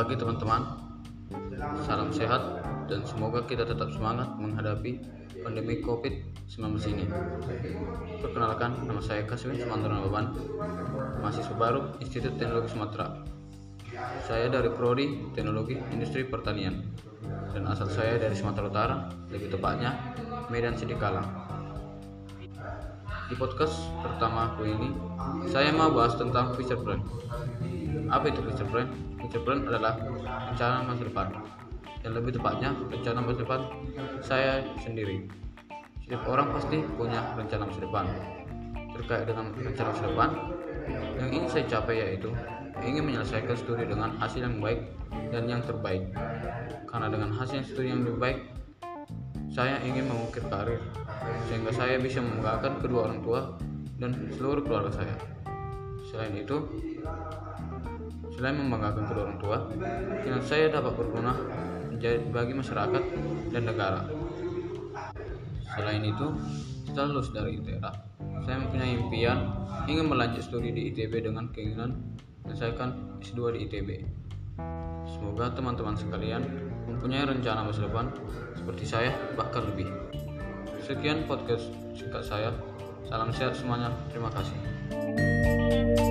pagi teman-teman, salam sehat dan semoga kita tetap semangat menghadapi pandemi COVID-19 ini. Perkenalkan, nama saya Kaswin Sumantoro Beban, mahasiswa baru Institut Teknologi Sumatera. Saya dari Prodi Teknologi Industri Pertanian dan asal saya dari Sumatera Utara, lebih tepatnya Medan Sidikalang. Di podcast pertama aku ini, saya mau bahas tentang future plan. Apa itu future plan? Future plan adalah rencana masa depan, dan lebih tepatnya rencana masa depan saya sendiri. Setiap orang pasti punya rencana masa depan. Terkait dengan rencana masa depan, yang ingin saya capai yaitu ingin menyelesaikan studi dengan hasil yang baik dan yang terbaik. Karena dengan hasil studi yang lebih baik, saya ingin mengukir karir sehingga saya bisa membanggakan kedua orang tua dan seluruh keluarga saya. Selain membanggakan kedua orang tua, dengan saya dapat berguna bagi masyarakat dan negara. Selain itu, setelah lulus dari ITERA, saya mempunyai impian ingin melanjut studi di ITB dengan keinginan menyelesaikan S2 di ITB. Semoga teman-teman sekalian mempunyai rencana masa depan seperti saya, bahkan lebih. Sekian podcast singkat saya. Salam sehat semuanya. Terima kasih.